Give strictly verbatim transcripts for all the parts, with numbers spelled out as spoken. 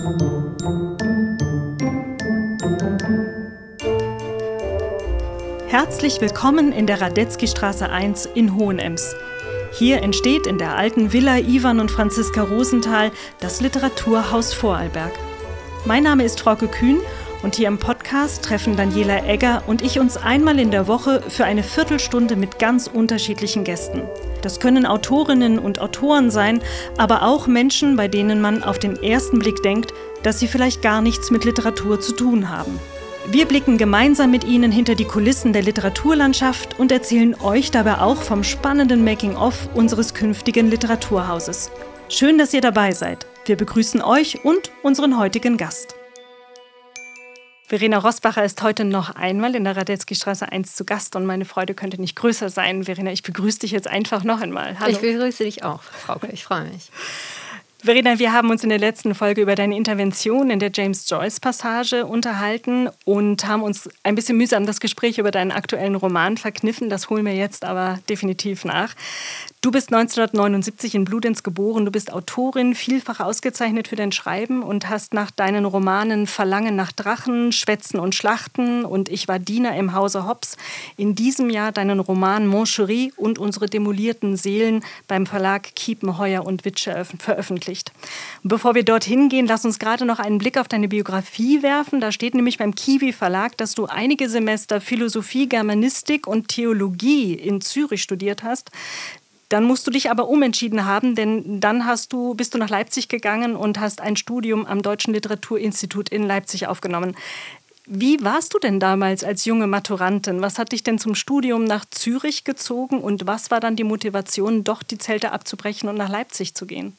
Herzlich willkommen in der Radetzkystraße eins in Hohenems. Hier entsteht in der alten Villa Ivan und Franziska Rosenthal das Literaturhaus Vorarlberg. Mein Name ist Frauke Kühn und hier im Podcast treffen Daniela Egger und ich uns einmal in der Woche für eine Viertelstunde mit ganz unterschiedlichen Gästen. Das können Autorinnen und Autoren sein, aber auch Menschen, bei denen man auf den ersten Blick denkt, dass sie vielleicht gar nichts mit Literatur zu tun haben. Wir blicken gemeinsam mit Ihnen hinter die Kulissen der Literaturlandschaft und erzählen euch dabei auch vom spannenden Making-of unseres künftigen Literaturhauses. Schön, dass ihr dabei seid. Wir begrüßen euch und unseren heutigen Gast. Verena Roßbacher ist heute noch einmal in der Radetzkystraße eins zu Gast und meine Freude könnte nicht größer sein. Verena, ich begrüße dich jetzt einfach noch einmal. Hallo. Ich begrüße dich auch, Frauke. Ich freue mich. Verena, wir haben uns in der letzten Folge über deine Intervention in der James-Joyce-Passage unterhalten und haben uns ein bisschen mühsam das Gespräch über deinen aktuellen Roman verkniffen. Das holen wir jetzt aber definitiv nach. Du bist neunzehnhundertneunundsiebzig in Bludenz geboren. Du bist Autorin, vielfach ausgezeichnet für dein Schreiben und hast nach deinen Romanen Verlangen nach Drachen, Schwätzen und Schlachten und Ich war Diener im Hause Hobbs in diesem Jahr deinen Roman Mon Chéri und Unsere demolierten Seelen beim Verlag Kiepen, Heuer und Witsche veröffentlicht. Und bevor wir dorthin gehen, lass uns gerade noch einen Blick auf deine Biografie werfen. Da steht nämlich beim Kiwi Verlag, dass du einige Semester Philosophie, Germanistik und Theologie in Zürich studiert hast. Dann musst du dich aber umentschieden haben, denn dann hast du, bist du nach Leipzig gegangen und hast ein Studium am Deutschen Literaturinstitut in Leipzig aufgenommen. Wie warst du denn damals als junge Maturantin? Was hat dich denn zum Studium nach Zürich gezogen und was war dann die Motivation, doch die Zelte abzubrechen und nach Leipzig zu gehen?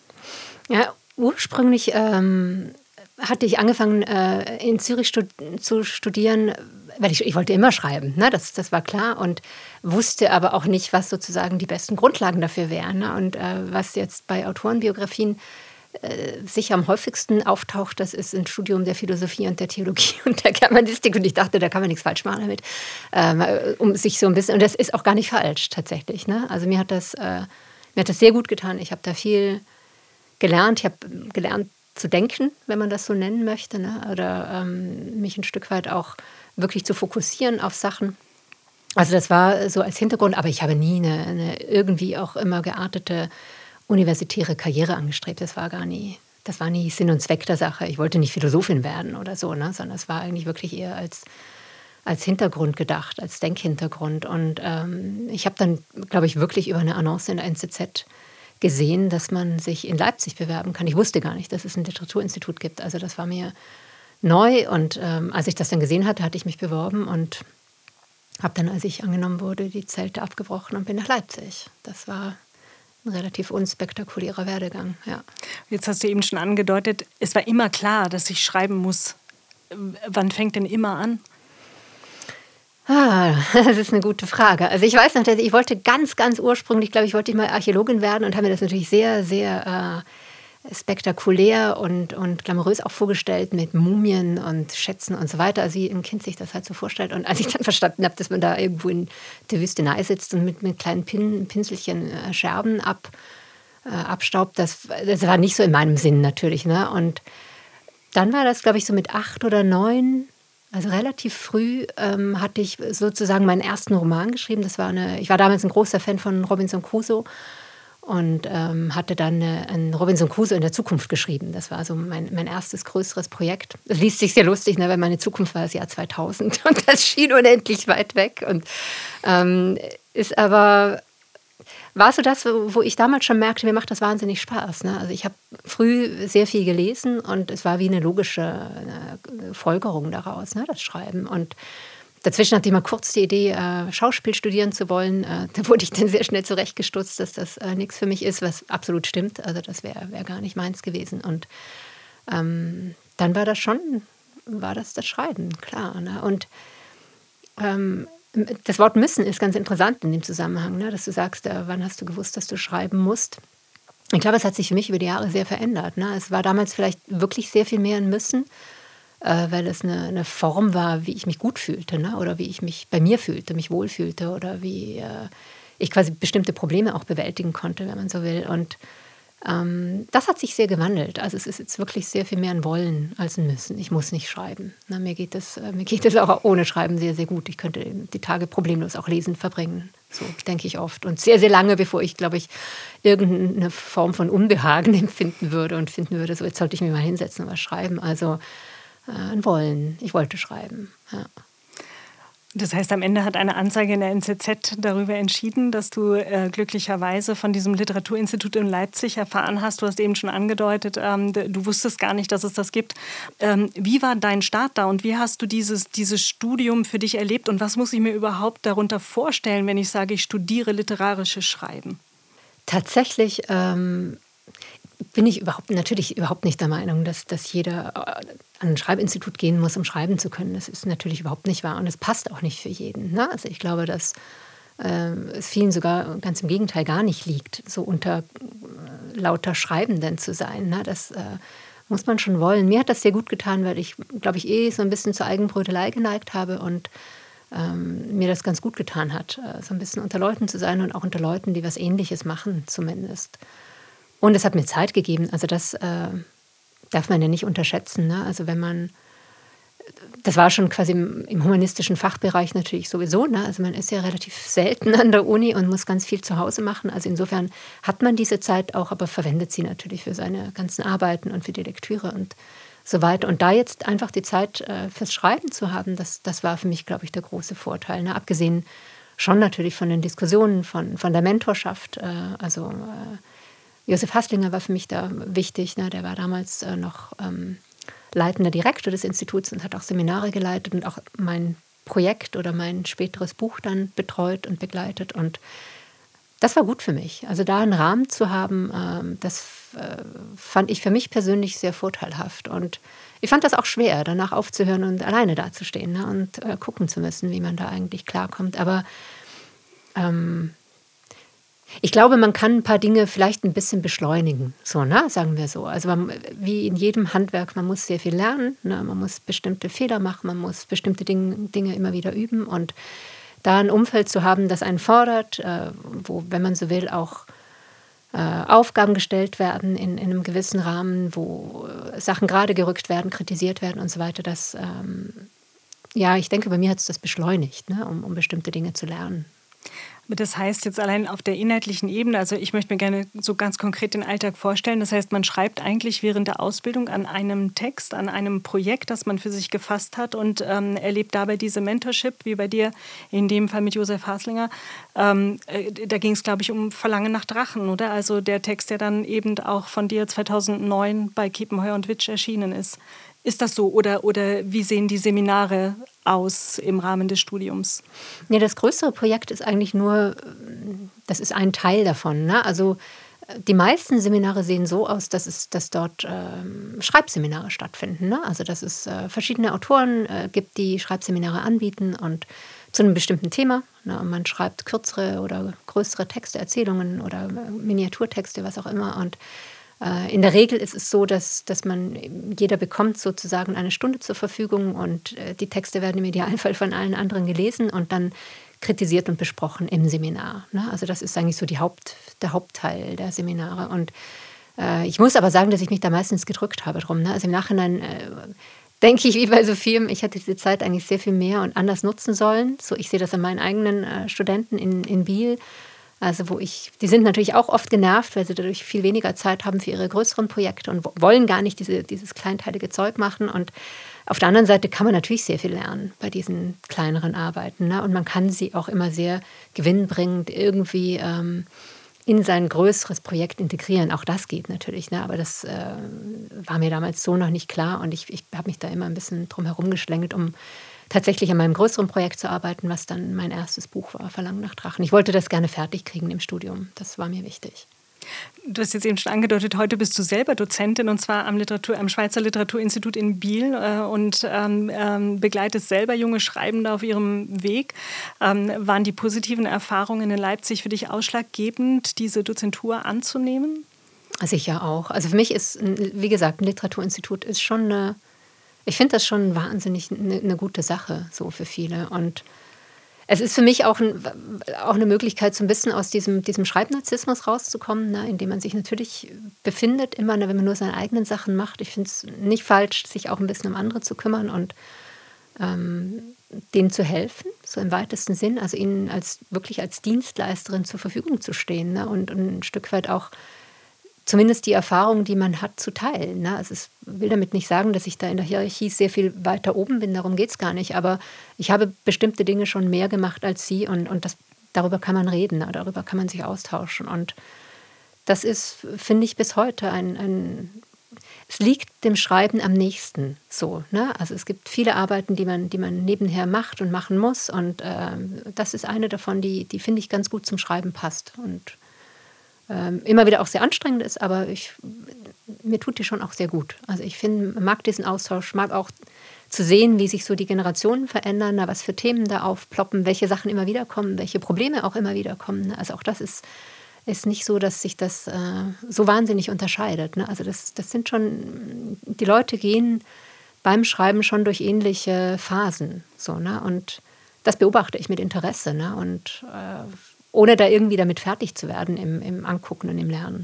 Ja, ursprünglich ähm, hatte ich angefangen, äh, in Zürich stud- zu studieren, weil ich, ich wollte immer schreiben, ne? das, das war klar und wusste aber auch nicht, was sozusagen die besten Grundlagen dafür wären. Ne? Und äh, was jetzt bei Autorenbiografien äh, sicher am häufigsten auftaucht, das ist ein Studium der Philosophie und der Theologie und der Germanistik. Und ich dachte, da kann man nichts falsch machen damit, ähm, um sich so ein bisschen, und das ist auch gar nicht falsch tatsächlich. Ne? Also mir hat das, äh, mir hat das sehr gut getan. Ich habe da viel gelernt. Ich habe gelernt zu denken, wenn man das so nennen möchte, ne? Oder ähm, mich ein Stück weit auch wirklich zu fokussieren auf Sachen. Also das war so als Hintergrund, aber ich habe nie eine, eine irgendwie auch immer geartete universitäre Karriere angestrebt. Das war gar nie, das war nie Sinn und Zweck der Sache. Ich wollte nicht Philosophin werden oder so, ne? Sondern es war eigentlich wirklich eher als, als Hintergrund gedacht, als Denkhintergrund. Und ähm, ich habe dann, glaube ich, wirklich über eine Annonce in der N Z Z gesehen, dass man sich in Leipzig bewerben kann. Ich wusste gar nicht, dass es ein Literaturinstitut gibt. Also das war mir neu. Und ähm, als ich das dann gesehen hatte, hatte ich mich beworben und habe dann, als ich angenommen wurde, die Zelte abgebrochen und bin nach Leipzig. Das war ein relativ unspektakulärer Werdegang, ja. Jetzt hast du eben schon angedeutet, es war immer klar, dass ich schreiben muss. Wann fängt denn immer an? Ah, das ist eine gute Frage. Also ich weiß noch, dass ich wollte ganz, ganz ursprünglich, glaube ich, wollte ich mal Archäologin werden und habe mir das natürlich sehr, sehr äh, spektakulär und, und glamourös auch vorgestellt mit Mumien und Schätzen und so weiter, also wie ein Kind sich das halt so vorstellt. Und als ich dann verstanden habe, dass man da irgendwo in der Wüstenei sitzt und mit, mit kleinen Pin, Pinselchen äh, Scherben ab, äh, abstaubt, das, das war nicht so in meinem Sinn natürlich. Ne? Und dann war das, glaube ich, so mit acht oder neun. Also relativ früh ähm, hatte ich sozusagen meinen ersten Roman geschrieben. Das war eine, ich war damals ein großer Fan von Robinson Crusoe und ähm, hatte dann eine, ein Robinson Crusoe in der Zukunft geschrieben. Das war so mein, mein erstes größeres Projekt. Es liest sich sehr lustig, ne, weil meine Zukunft war das Jahr zweitausend und das schien unendlich weit weg. Und ähm, ist aber war so das, wo ich damals schon merkte, mir macht das wahnsinnig Spaß. Ne? Also ich habe früh sehr viel gelesen und es war wie eine logische eine Folgerung daraus, ne, das Schreiben. Und dazwischen hatte ich mal kurz die Idee, äh, Schauspiel studieren zu wollen. Äh, da wurde ich dann sehr schnell zurechtgestutzt, dass das äh, nichts für mich ist, was absolut stimmt. Also das wäre wär gar nicht meins gewesen. Und ähm, dann war das schon, war das das Schreiben, klar. Ne? Und ähm, das Wort müssen ist ganz interessant in dem Zusammenhang, ne? Dass du sagst, äh, wann hast du gewusst, dass du schreiben musst. Ich glaube, es hat sich für mich über die Jahre sehr verändert. Ne? Es war damals vielleicht wirklich sehr viel mehr ein Müssen, äh, weil es eine, eine Form war, wie ich mich gut fühlte, ne? Oder wie ich mich bei mir fühlte, mich wohlfühlte oder wie äh, ich quasi bestimmte Probleme auch bewältigen konnte, wenn man so will. Und Ähm, das hat sich sehr gewandelt. Also es ist jetzt wirklich sehr viel mehr ein Wollen als ein Müssen. Ich muss nicht schreiben. Na, mir geht es, äh, mir geht es auch ohne Schreiben sehr, sehr gut. Ich könnte die Tage problemlos auch lesend verbringen. So denke ich oft. Und sehr, sehr lange, bevor ich, glaube ich, irgendeine Form von Unbehagen empfinden würde und finden würde, so jetzt sollte ich mich mal hinsetzen und was schreiben. Also äh, ein Wollen. Ich wollte schreiben. Ja. Das heißt, am Ende hat eine Anzeige in der N Z Z darüber entschieden, dass du äh, glücklicherweise von diesem Literaturinstitut in Leipzig erfahren hast. Du hast eben schon angedeutet, ähm, du wusstest gar nicht, dass es das gibt. Ähm, wie war dein Start da und wie hast du dieses, dieses Studium für dich erlebt und was muss ich mir überhaupt darunter vorstellen, wenn ich sage, ich studiere literarisches Schreiben? Tatsächlich ähm, bin ich überhaupt, natürlich überhaupt nicht der Meinung, dass, dass jeder an ein Schreibinstitut gehen muss, um schreiben zu können. Das ist natürlich überhaupt nicht wahr und es passt auch nicht für jeden. Ne? Also ich glaube, dass äh, es vielen sogar ganz im Gegenteil gar nicht liegt, so unter äh, lauter Schreibenden zu sein. Ne? Das äh, muss man schon wollen. Mir hat das sehr gut getan, weil ich, glaube ich, eh so ein bisschen zur Eigenbrötelei geneigt habe und ähm, mir das ganz gut getan hat, äh, so ein bisschen unter Leuten zu sein und auch unter Leuten, die was Ähnliches machen zumindest. Und es hat mir Zeit gegeben. Also das äh, darf man ja nicht unterschätzen. Ne? Also wenn man, das war schon quasi im, im humanistischen Fachbereich natürlich sowieso. Ne? Also man ist ja relativ selten an der Uni und muss ganz viel zu Hause machen. Also insofern hat man diese Zeit auch, aber verwendet sie natürlich für seine ganzen Arbeiten und für die Lektüre und so weiter. Und da jetzt einfach die Zeit äh, fürs Schreiben zu haben, das, das war für mich, glaube ich, der große Vorteil. Ne? Abgesehen schon natürlich von den Diskussionen, von, von der Mentorschaft, äh, also äh, Josef Hasslinger war für mich da wichtig. Ne? Der war damals äh, noch ähm, leitender Direktor des Instituts und hat auch Seminare geleitet und auch mein Projekt oder mein späteres Buch dann betreut und begleitet. Und das war gut für mich. Also da einen Rahmen zu haben, ähm, das äh, fand ich für mich persönlich sehr vorteilhaft. Und ich fand das auch schwer, danach aufzuhören und alleine dazustehen, ne? Und äh, gucken zu müssen, wie man da eigentlich klarkommt. Aber ähm, ich glaube, man kann ein paar Dinge vielleicht ein bisschen beschleunigen, so, ne? Sagen wir so. Also man, wie in jedem Handwerk, man muss sehr viel lernen, ne? Man muss bestimmte Fehler machen, man muss bestimmte Ding, Dinge immer wieder üben. Und da ein Umfeld zu haben, das einen fordert, äh, wo, wenn man so will, auch äh, Aufgaben gestellt werden in, in einem gewissen Rahmen, wo äh, Sachen gerade gerückt werden, kritisiert werden und so weiter, das, ähm, ja, ich denke, bei mir hat es das beschleunigt, ne? um, um bestimmte Dinge zu lernen. Das heißt jetzt allein auf der inhaltlichen Ebene, also ich möchte mir gerne so ganz konkret den Alltag vorstellen. Das heißt, man schreibt eigentlich während der Ausbildung an einem Text, an einem Projekt, das man für sich gefasst hat und ähm, erlebt dabei diese Mentorship, wie bei dir in dem Fall mit Josef Hasslinger. Ähm, äh, da ging es, glaube ich, um Verlangen nach Drachen, oder? Also der Text, der dann eben auch von dir zweitausendneun bei Kiepenheuer und Witsch erschienen ist. Ist das so oder, oder wie sehen die Seminare aus im Rahmen des Studiums? Ja, das größere Projekt ist eigentlich nur, das ist ein Teil davon. Ne? Also die meisten Seminare sehen so aus, dass, es, dass dort äh, Schreibseminare stattfinden. Ne? Also dass es äh, verschiedene Autoren äh, gibt, die Schreibseminare anbieten und zu einem bestimmten Thema. Ne? Und man schreibt kürzere oder größere Texte, Erzählungen oder Miniaturtexte, was auch immer. Und in der Regel ist es so, dass, dass man, jeder bekommt sozusagen eine Stunde zur Verfügung und die Texte werden im Idealfall von allen anderen gelesen und dann kritisiert und besprochen im Seminar. Also das ist eigentlich so die Haupt, der Hauptteil der Seminare. Und äh, ich muss aber sagen, dass ich mich da meistens gedrückt habe drum. Ne? Also im Nachhinein äh, denke ich, wie bei so vielem, ich hätte diese Zeit eigentlich sehr viel mehr und anders nutzen sollen. So, ich sehe das an meinen eigenen äh, Studenten in, in Biel. Also wo ich, die sind natürlich auch oft genervt, weil sie dadurch viel weniger Zeit haben für ihre größeren Projekte und wollen gar nicht diese, dieses kleinteilige Zeug machen. Und auf der anderen Seite kann man natürlich sehr viel lernen bei diesen kleineren Arbeiten. Ne? Und man kann sie auch immer sehr gewinnbringend irgendwie ähm, in sein größeres Projekt integrieren. Auch das geht natürlich, ne? Aber das äh, war mir damals so noch nicht klar. Und ich, ich habe mich da immer ein bisschen drum herum geschlängelt, um tatsächlich an meinem größeren Projekt zu arbeiten, was dann mein erstes Buch war, Verlangen nach Drachen. Ich wollte das gerne fertig kriegen im Studium. Das war mir wichtig. Du hast jetzt eben schon angedeutet, heute bist du selber Dozentin und zwar am, Literatur, am Schweizer Literaturinstitut in Biel äh, und ähm, ähm, begleitest selber junge Schreibende auf ihrem Weg. Ähm, waren die positiven Erfahrungen in Leipzig für dich ausschlaggebend, diese Dozentur anzunehmen? Sicher auch. Also für mich ist, wie gesagt, ein Literaturinstitut ist schon eine, ich finde das schon wahnsinnig eine, eine gute Sache so für viele. Und es ist für mich auch, ein, auch eine Möglichkeit, so ein bisschen aus diesem, diesem Schreibnarzissmus rauszukommen, ne, in dem man sich natürlich befindet, immer, ne, wenn man nur seine eigenen Sachen macht. Ich finde es nicht falsch, sich auch ein bisschen um andere zu kümmern und ähm, denen zu helfen, so im weitesten Sinn, also ihnen als, wirklich als Dienstleisterin zur Verfügung zu stehen, ne, und, und ein Stück weit auch zumindest die Erfahrung, die man hat, zu teilen. Ne? Also ich will damit nicht sagen, dass ich da in der Hierarchie sehr viel weiter oben bin, darum geht es gar nicht, aber ich habe bestimmte Dinge schon mehr gemacht als sie und, und das, darüber kann man reden, ne? Darüber kann man sich austauschen und das ist, finde ich, bis heute ein, ein es liegt dem Schreiben am nächsten so. Ne? Also es gibt viele Arbeiten, die man, die man nebenher macht und machen muss und äh, das ist eine davon, die, die finde ich ganz gut zum Schreiben passt und ähm, immer wieder auch sehr anstrengend ist, aber ich, mir tut die schon auch sehr gut. Also ich find, mag diesen Austausch, mag auch zu sehen, wie sich so die Generationen verändern, na, was für Themen da aufploppen, welche Sachen immer wieder kommen, welche Probleme auch immer wieder kommen. Also auch das ist ist nicht so, dass sich das äh, so wahnsinnig unterscheidet. Ne? Also das, das sind schon, die Leute gehen beim Schreiben schon durch ähnliche Phasen. So, ne? Und das beobachte ich mit Interesse. Ne? Und äh, ohne da irgendwie damit fertig zu werden im, im Angucken und im Lernen.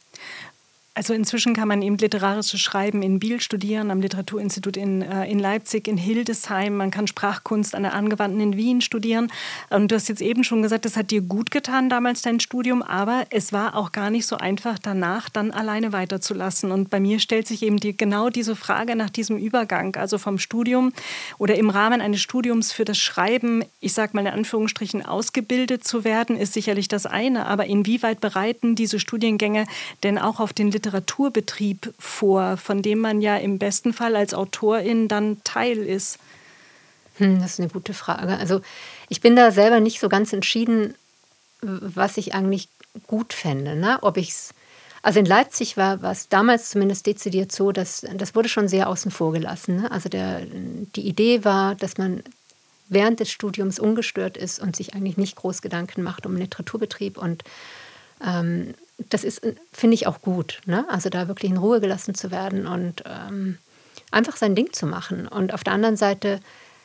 Also inzwischen kann man eben literarisches Schreiben in Biel studieren, am Literaturinstitut in, äh, in Leipzig, in Hildesheim. Man kann Sprachkunst an der Angewandten in Wien studieren. Und du hast jetzt eben schon gesagt, das hat dir gut getan damals, dein Studium. Aber es war auch gar nicht so einfach, danach dann alleine weiterzulassen. Und bei mir stellt sich eben die, genau diese Frage nach diesem Übergang, also vom Studium oder im Rahmen eines Studiums für das Schreiben, ich sage mal in Anführungsstrichen, ausgebildet zu werden, ist sicherlich das eine. Aber inwieweit bereiten diese Studiengänge denn auch auf den Literaturbetrieb vor, von dem man ja im besten Fall als Autorin dann Teil ist? Hm, das ist eine gute Frage. Also ich bin da selber nicht so ganz entschieden, was ich eigentlich gut fände. Ne? Ob ich's, also in Leipzig war es damals zumindest dezidiert so, dass das wurde schon sehr außen vor gelassen. Ne? Also der, die Idee war, dass man während des Studiums ungestört ist und sich eigentlich nicht groß Gedanken macht um Literaturbetrieb und ähm, das ist, finde ich, auch gut, ne? Also da wirklich in Ruhe gelassen zu werden und ähm, einfach sein Ding zu machen. Und auf der anderen Seite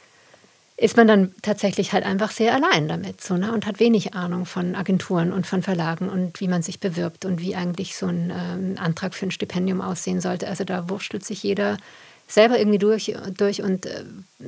ist man dann tatsächlich halt einfach sehr allein damit so, ne? Und hat wenig Ahnung von Agenturen und von Verlagen und wie man sich bewirbt und wie eigentlich so ein ähm, Antrag für ein Stipendium aussehen sollte. Also da wurstelt sich jeder selber irgendwie durch, durch und äh,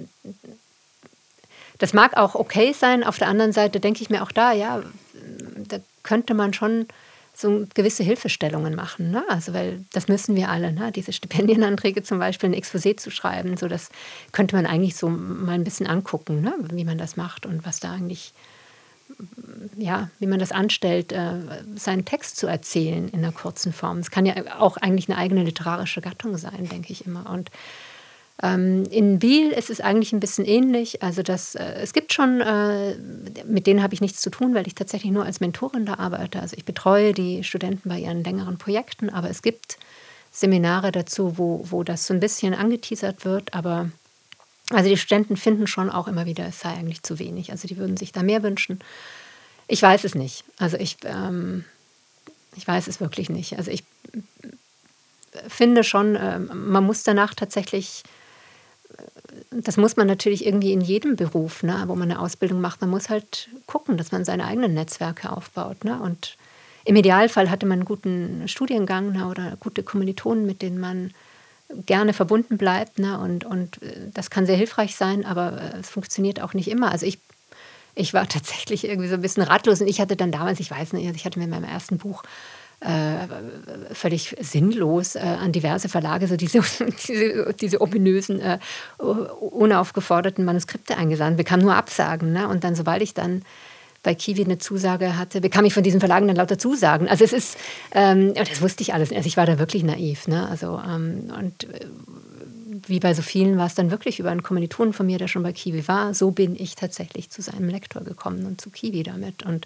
das mag auch okay sein. Auf der anderen Seite denke ich mir auch da, ja, da könnte man schon so gewisse Hilfestellungen machen. Ne? Also, weil das müssen wir alle, ne? Diese Stipendienanträge zum Beispiel, ein Exposé zu schreiben, so das könnte man eigentlich so mal ein bisschen angucken, ne? Wie man das macht und was da eigentlich, ja, wie man das anstellt, äh, seinen Text zu erzählen in einer kurzen Form. Es kann ja auch eigentlich eine eigene literarische Gattung sein, denke ich immer. Und in Biel ist es eigentlich ein bisschen ähnlich. Also das, äh, es gibt schon, äh, mit denen habe ich nichts zu tun, weil ich tatsächlich nur als Mentorin da arbeite. Also ich betreue die Studenten bei ihren längeren Projekten, aber es gibt Seminare dazu, wo, wo das so ein bisschen angeteasert wird. Aber also die Studenten finden schon auch immer wieder, es sei eigentlich zu wenig. Also die würden sich da mehr wünschen. Ich weiß es nicht. Also ich, ähm, ich weiß es wirklich nicht. Also ich finde schon, äh, man muss danach tatsächlich, das muss man natürlich irgendwie in jedem Beruf, ne, wo man eine Ausbildung macht. Man muss halt gucken, dass man seine eigenen Netzwerke aufbaut. Ne? Und im Idealfall hatte man einen guten Studiengang, ne, oder gute Kommilitonen, mit denen man gerne verbunden bleibt. Ne? Und, und das kann sehr hilfreich sein, aber es funktioniert auch nicht immer. Also ich, ich war tatsächlich irgendwie so ein bisschen ratlos. Und ich hatte dann damals, ich weiß nicht, ich hatte mit meinem ersten Buch Äh, völlig sinnlos äh, an diverse Verlage so diese, diese, diese ominösen, äh, unaufgeforderten Manuskripte eingesandt, bekam nur Absagen. Ne? Und dann, sobald ich dann bei Kiwi eine Zusage hatte, bekam ich von diesen Verlagen dann lauter Zusagen. Also es ist, ähm, das wusste ich alles. Also ich war da wirklich naiv. Ne? Also, ähm, und äh, wie bei so vielen war es dann wirklich über einen Kommilitonen von mir, der schon bei Kiwi war. So bin ich tatsächlich zu seinem Lektor gekommen und zu Kiwi damit. Und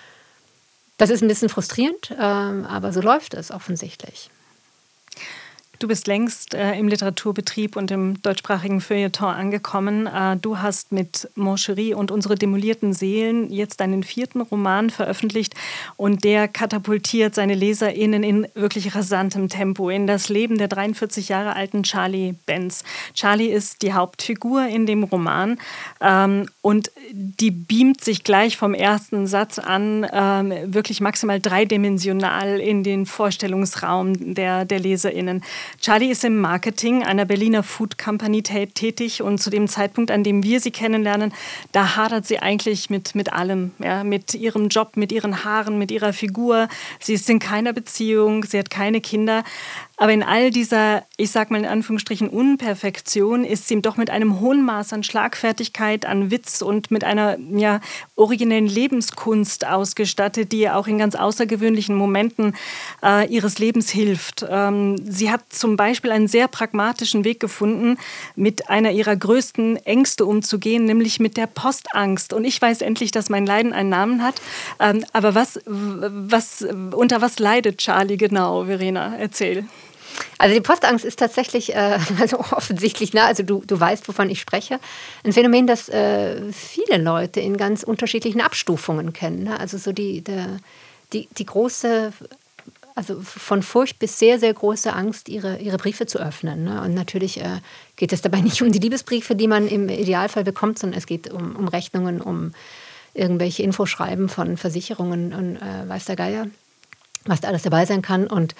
das ist ein bisschen frustrierend, aber so läuft es offensichtlich. Du bist längst äh, im Literaturbetrieb und im deutschsprachigen Feuilleton angekommen. Äh, du hast mit Mancherie und Unsere demolierten Seelen jetzt deinen vierten Roman veröffentlicht und der katapultiert seine LeserInnen in wirklich rasantem Tempo in das Leben der dreiundvierzig Jahre alten Charlie Benz. Charlie ist die Hauptfigur in dem Roman ähm, und die beamt sich gleich vom ersten Satz an ähm, wirklich maximal dreidimensional in den Vorstellungsraum der, der LeserInnen. Charlie ist im Marketing einer Berliner Food Company tätig und zu dem Zeitpunkt, an dem wir sie kennenlernen, da hadert sie eigentlich mit, mit allem. Ja, mit ihrem Job, mit ihren Haaren, mit ihrer Figur. Sie ist in keiner Beziehung, sie hat keine Kinder. Aber in all dieser, ich sag mal in Anführungsstrichen, Unperfektion ist sie doch mit einem hohen Maß an Schlagfertigkeit, an Witz und mit einer ja, originellen Lebenskunst ausgestattet, die ihr auch in ganz außergewöhnlichen Momenten äh, ihres Lebens hilft. Ähm, sie hat zum Beispiel einen sehr pragmatischen Weg gefunden, mit einer ihrer größten Ängste umzugehen, nämlich mit der Postangst. Und ich weiß endlich, dass mein Leiden einen Namen hat. Ähm, aber was, was, unter was leidet Charlie genau, Verena? Erzähl. Also die Postangst ist tatsächlich, äh, also offensichtlich, ne? Also du, du weißt, wovon ich spreche, ein Phänomen, das äh, viele Leute in ganz unterschiedlichen Abstufungen kennen. Ne? Also so die, der, die, die große, also von Furcht bis sehr, sehr große Angst, ihre, ihre Briefe zu öffnen. Ne? Und natürlich äh, geht es dabei nicht um die Liebesbriefe, die man im Idealfall bekommt, sondern es geht um, um Rechnungen, um irgendwelche Infoschreiben von Versicherungen und äh, weiß der Geier, was da alles dabei sein kann. Und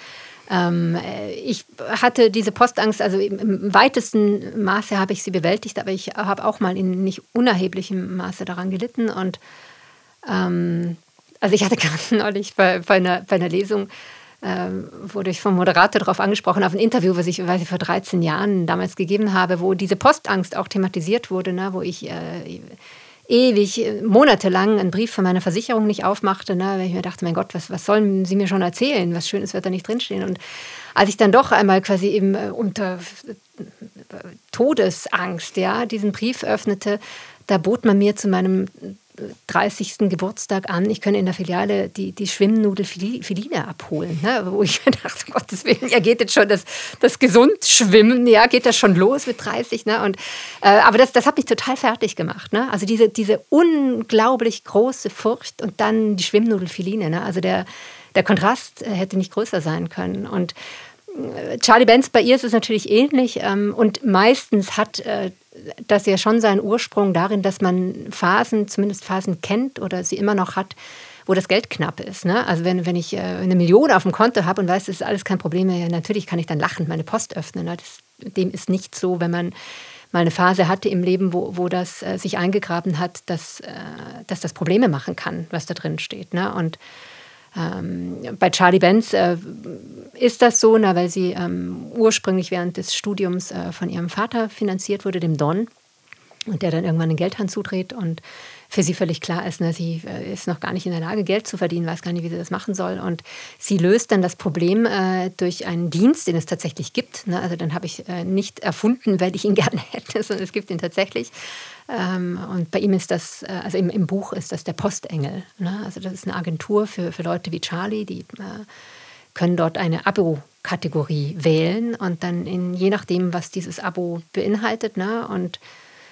ich hatte diese Postangst, also im weitesten Maße habe ich sie bewältigt, aber ich habe auch mal in nicht unerheblichem Maße daran gelitten. Und ähm, also ich hatte gerade neulich bei, bei, einer, bei einer Lesung, ähm, wurde ich vom Moderator darauf angesprochen, auf ein Interview, was ich, was ich vor dreizehn Jahren damals gegeben habe, wo diese Postangst auch thematisiert wurde, ne, wo ich äh, ewig, monatelang einen Brief von meiner Versicherung nicht aufmachte, ne, weil ich mir dachte, mein Gott, was, was sollen Sie mir schon erzählen? Was Schönes wird da nicht drinstehen. Und als ich dann doch einmal quasi eben unter Todesangst ja, diesen Brief öffnete, da bot man mir zu meinem dreißigsten Geburtstag an, ich könne in der Filiale die, die Schwimmnudel-Filine abholen. Ne? Wo ich mir dachte, um Gottes Willen, ja, geht jetzt schon das, das Gesundschwimmen, ja, geht das schon los mit dreißig. Ne? Und, äh, aber das, das hat mich total fertig gemacht. Ne? Also diese, diese unglaublich große Furcht und dann die Schwimmnudel-Filine. Ne? Also der, der Kontrast hätte nicht größer sein können. Und Charlie Benz, bei ihr ist es natürlich ähnlich. Ähm, und meistens hat äh, das ja schon seinen Ursprung darin, dass man Phasen, zumindest Phasen kennt oder sie immer noch hat, wo das Geld knapp ist. Ne? Also wenn, wenn ich äh, eine Million auf dem Konto habe und weiß, das ist alles kein Problem mehr, ja, natürlich kann ich dann lachend meine Post öffnen. Ne? Das, dem ist nicht so, wenn man mal eine Phase hatte im Leben, wo, wo das äh, sich eingegraben hat, dass, äh, dass das Probleme machen kann, was da drin steht. Ne? Und Ähm, bei Charlie Benz äh, ist das so, na, weil sie ähm, ursprünglich während des Studiums äh, von ihrem Vater finanziert wurde, dem Don, und der dann irgendwann den Geldhahn zudreht und für sie völlig klar ist, na, sie äh, ist noch gar nicht in der Lage, Geld zu verdienen, weiß gar nicht, wie sie das machen soll. Und sie löst dann das Problem äh, durch einen Dienst, den es tatsächlich gibt. Ne? Also dann habe ich äh, nicht erfunden, weil ich ihn gerne hätte, sondern es gibt ihn tatsächlich. Ähm, und bei ihm ist das, äh, also im, im Buch ist das der Postengel. Ne? Also das ist eine Agentur für, für Leute wie Charlie, die äh, können dort eine Abo-Kategorie wählen und dann in, je nachdem, was dieses Abo beinhaltet, ne? und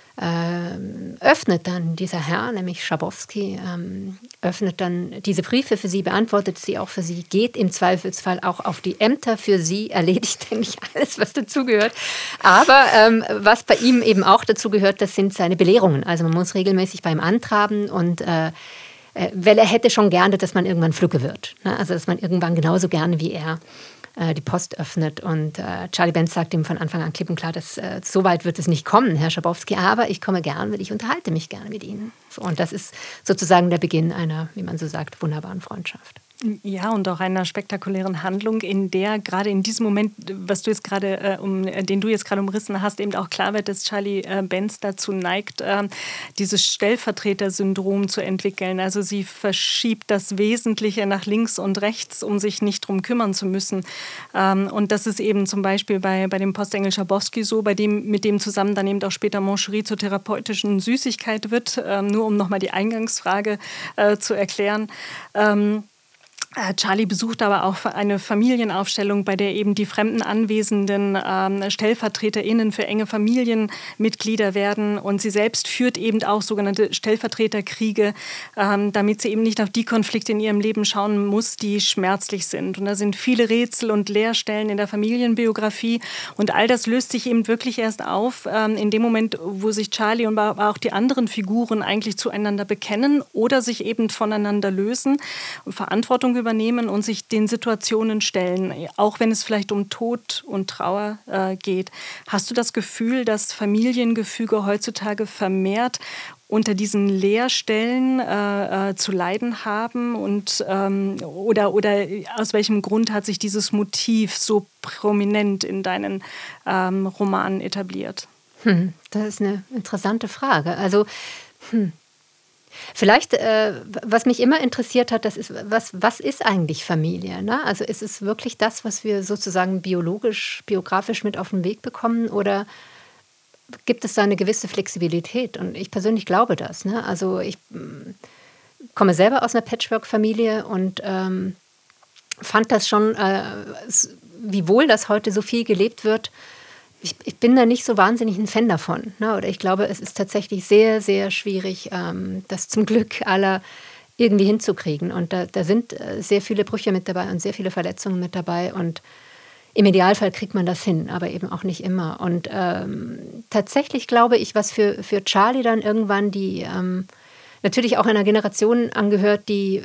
äh, öffnet dann dieser Herr, nämlich Schabowski, ähm, öffnet dann diese Briefe für sie, beantwortet sie auch für sie, geht im Zweifelsfall auch auf die Ämter für sie, erledigt eigentlich alles, was dazugehört. Aber ähm, was bei ihm eben auch dazugehört, das sind seine Belehrungen. Also man muss regelmäßig bei ihm antraben und äh, weil er hätte schon gerne, dass man irgendwann Flügge wird. Ne? Also dass man irgendwann genauso gerne wie er äh, die Post öffnet. Und äh, Charlie Benz sagt ihm von Anfang an klipp und klar, dass äh, so weit wird es nicht kommen, Herr Schabowski, aber ich komme gern, weil ich unterhalte mich gerne mit Ihnen. So, und das ist sozusagen der Beginn einer, wie man so sagt, wunderbaren Freundschaft. Ja, und auch einer spektakulären Handlung, in der gerade in diesem Moment, was du jetzt gerade, äh, um, den du jetzt gerade umrissen hast, eben auch klar wird, dass Charlie äh, Benz dazu neigt, äh, dieses Stellvertreter-Syndrom zu entwickeln. Also sie verschiebt das Wesentliche nach links und rechts, um sich nicht drum kümmern zu müssen. Ähm, und das ist eben zum Beispiel bei, bei dem Postengel Schabowski so, bei dem, mit dem zusammen dann eben auch später Mancherie zur therapeutischen Süßigkeit wird, äh, nur um nochmal die Eingangsfrage äh, zu erklären. Ähm, Charlie besucht aber auch eine Familienaufstellung, bei der eben die fremden Anwesenden ähm, StellvertreterInnen für enge Familienmitglieder werden. Und sie selbst führt eben auch sogenannte Stellvertreterkriege, ähm, damit sie eben nicht auf die Konflikte in ihrem Leben schauen muss, die schmerzlich sind. Und da sind viele Rätsel und Leerstellen in der Familienbiografie. Und all das löst sich eben wirklich erst auf, ähm, in dem Moment, wo sich Charlie und auch die anderen Figuren eigentlich zueinander bekennen oder sich eben voneinander lösen und Verantwortung übernehmen und sich den Situationen stellen, auch wenn es vielleicht um Tod und Trauer äh, geht. Hast du das Gefühl, dass Familiengefüge heutzutage vermehrt unter diesen Leerstellen äh, äh, zu leiden haben? Und, ähm, oder, oder aus welchem Grund hat sich dieses Motiv so prominent in deinen ähm, Romanen etabliert? Hm, das ist eine interessante Frage. Also, hm. Vielleicht, äh, was mich immer interessiert hat, das ist, was, was ist eigentlich Familie? Ne? Also ist es wirklich das, was wir sozusagen biologisch, biografisch mit auf den Weg bekommen, oder gibt es da eine gewisse Flexibilität? Und ich persönlich glaube das. Ne? Also ich mh, komme selber aus einer Patchwork-Familie und ähm, fand das schon, äh, wiewohl das heute so viel gelebt wird, Ich, ich bin da nicht so wahnsinnig ein Fan davon. Ne? Oder ich glaube, es ist tatsächlich sehr, sehr schwierig, ähm, das zum Glück aller irgendwie hinzukriegen. Und da, da sind äh, sehr viele Brüche mit dabei und sehr viele Verletzungen mit dabei. Und im Idealfall kriegt man das hin, aber eben auch nicht immer. Und ähm, tatsächlich glaube ich, was für, für Charlie dann irgendwann die ähm, natürlich auch einer Generation angehört, die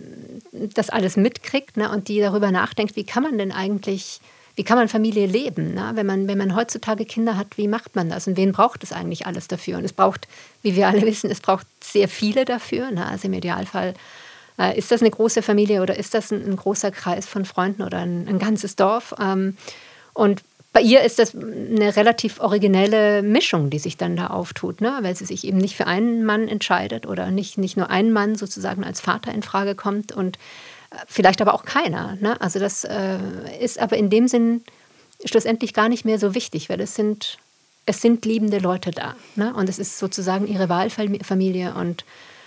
das alles mitkriegt, ne? Und die darüber nachdenkt, wie kann man denn eigentlich... Wie kann man Familie leben? Ne? Wenn man, wenn man heutzutage Kinder hat, wie macht man das? Und wen braucht es eigentlich alles dafür? Und es braucht, wie wir alle wissen, es braucht sehr viele dafür. Ne? Also im Idealfall, äh, ist das eine große Familie oder ist das ein, ein großer Kreis von Freunden oder ein, ein ganzes Dorf? Ähm, und bei ihr ist das eine relativ originelle Mischung, die sich dann da auftut, ne? Weil sie sich eben nicht für einen Mann entscheidet oder nicht, nicht nur ein Mann sozusagen als Vater in Frage kommt und vielleicht aber auch keiner. Ne? Also das äh, ist aber in dem Sinn schlussendlich gar nicht mehr so wichtig, weil es sind, es sind liebende Leute da. Ne? Und es ist sozusagen ihre Wahlfamilie und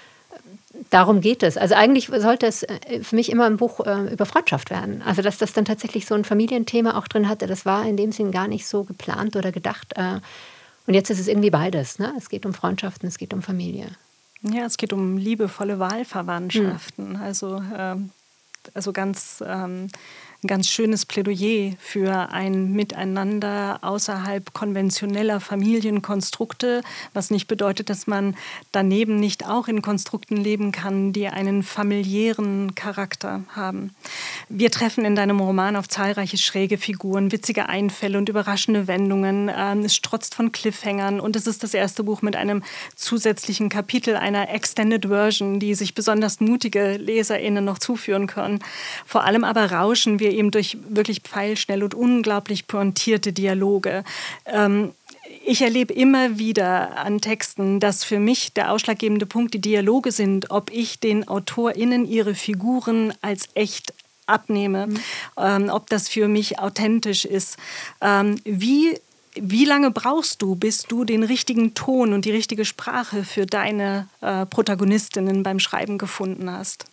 darum geht es. Also eigentlich sollte es für mich immer ein Buch äh, über Freundschaft werden. Also dass das dann tatsächlich so ein Familienthema auch drin hatte, das war in dem Sinn gar nicht so geplant oder gedacht. Äh, und jetzt ist es irgendwie beides. Ne? Es geht um Freundschaften, es geht um Familie. Ja, es geht um liebevolle Wahlverwandtschaften. Hm. Also ähm Also ganz, ähm, ein ganz schönes Plädoyer für ein Miteinander außerhalb konventioneller Familienkonstrukte, was nicht bedeutet, dass man daneben nicht auch in Konstrukten leben kann, die einen familiären Charakter haben. Wir treffen in deinem Roman auf zahlreiche schräge Figuren, witzige Einfälle und überraschende Wendungen. Ähm, es strotzt von Cliffhangern und es ist das erste Buch mit einem zusätzlichen Kapitel, einer Extended Version, die sich besonders mutige LeserInnen noch zuführen können. Vor allem aber rauschen wir eben durch wirklich pfeilschnell und unglaublich pointierte Dialoge. Ähm, ich erlebe immer wieder an Texten, dass für mich der ausschlaggebende Punkt die Dialoge sind, ob ich den AutorInnen ihre Figuren als echt abnehme, mhm. ähm, ob das für mich authentisch ist. Ähm, wie, wie lange brauchst du, bis du den richtigen Ton und die richtige Sprache für deine äh, Protagonistinnen beim Schreiben gefunden hast?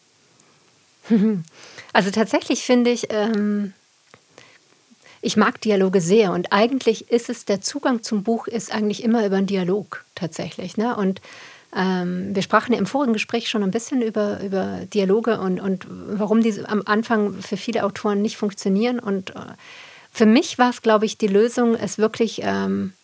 Also tatsächlich finde ich, ähm, ich mag Dialoge sehr und eigentlich ist es, der Zugang zum Buch ist eigentlich immer über einen Dialog tatsächlich. Ne? Und ähm, wir sprachen ja im vorigen Gespräch schon ein bisschen über, über Dialoge und, und warum die am Anfang für viele Autoren nicht funktionieren. Und äh, für mich war es, glaube ich, die Lösung, es wirklich ähm,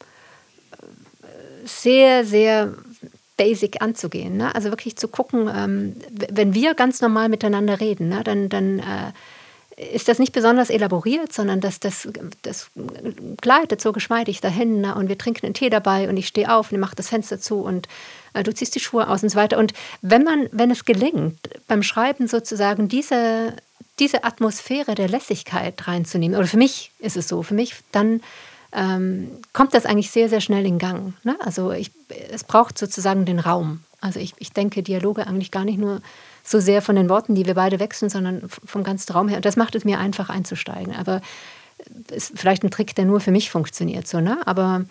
sehr, sehr basic anzugehen. Ne? Also wirklich zu gucken, ähm, wenn wir ganz normal miteinander reden, ne, dann, dann äh, ist das nicht besonders elaboriert, sondern das, das, das gleitet so geschmeidig dahin. Ne? Und wir trinken einen Tee dabei und ich stehe auf und ich mache das Fenster zu und äh, du ziehst die Schuhe aus und so weiter. Und wenn man, wenn es gelingt, beim Schreiben sozusagen diese, diese Atmosphäre der Lässigkeit reinzunehmen, oder für mich ist es so, für mich dann Ähm, kommt das eigentlich sehr, sehr schnell in Gang. Ne? Also ich, es braucht sozusagen den Raum. Also ich, ich denke Dialoge eigentlich gar nicht nur so sehr von den Worten, die wir beide wechseln, sondern vom ganzen Raum her. Und das macht es mir einfach einzusteigen. Aber ist vielleicht ein Trick, der nur für mich funktioniert. So, ne? Aber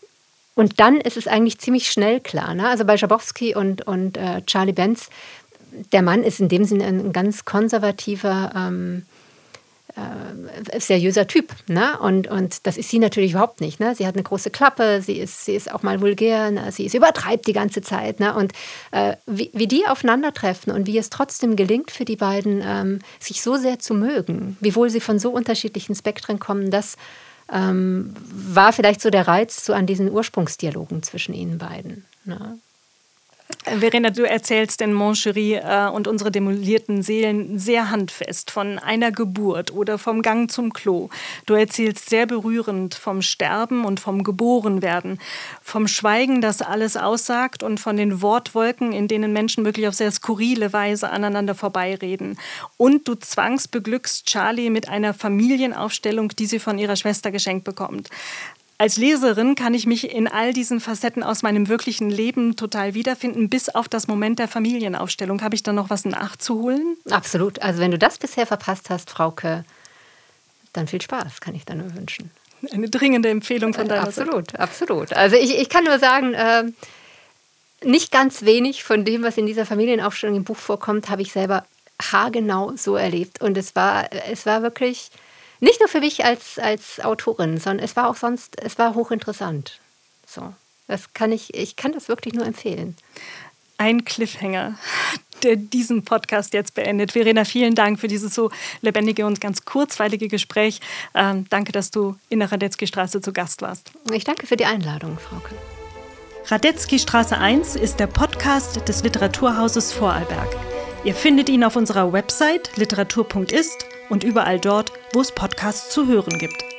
und dann ist es eigentlich ziemlich schnell klar. Ne? Also bei Schabowski und, und äh, Charlie Benz der Mann ist in dem Sinne ein ganz konservativer, ähm, äh, seriöser Typ. Ne? Und, und das ist sie natürlich überhaupt nicht. Ne? Sie hat eine große Klappe, sie ist, sie ist auch mal vulgär, ne? sie, sie übertreibt die ganze Zeit. Ne? Und äh, wie, wie die aufeinandertreffen und wie es trotzdem gelingt für die beiden, ähm, sich so sehr zu mögen, wiewohl sie von so unterschiedlichen Spektren kommen, das ähm, war vielleicht so der Reiz so an diesen Ursprungsdialogen zwischen ihnen beiden. Ne? Verena, du erzählst in Mon Chéri äh, und unsere demolierten Seelen sehr handfest von einer Geburt oder vom Gang zum Klo. Du erzählst sehr berührend vom Sterben und vom Geborenwerden, vom Schweigen, das alles aussagt und von den Wortwolken, in denen Menschen wirklich auf sehr skurrile Weise aneinander vorbeireden. Und du zwangsbeglückst Charlie mit einer Familienaufstellung, die sie von ihrer Schwester geschenkt bekommt. Als Leserin kann ich mich in all diesen Facetten aus meinem wirklichen Leben total wiederfinden, bis auf das Moment der Familienaufstellung. Habe ich da noch was nachzuholen? Absolut. Also wenn du das bisher verpasst hast, Frauke, dann viel Spaß, kann ich dir nur wünschen. Eine dringende Empfehlung von deiner Seite. Absolut, absolut. Also ich, ich kann nur sagen, äh, nicht ganz wenig von dem, was in dieser Familienaufstellung im Buch vorkommt, habe ich selber haargenau so erlebt. Und es war, es war wirklich... Nicht nur für mich als, als Autorin, sondern es war auch sonst, es war hochinteressant. So, das kann ich, ich kann das wirklich nur empfehlen. Ein Cliffhanger, der diesen Podcast jetzt beendet. Verena, vielen Dank für dieses so lebendige und ganz kurzweilige Gespräch. Ähm, danke, dass du in der Radetzky-Straße zu Gast warst. Ich danke für die Einladung, Frauke. Radetzky-Straße eins ist der Podcast des Literaturhauses Vorarlberg. Ihr findet ihn auf unserer Website literatur punkt ist und überall dort, wo es Podcasts zu hören gibt.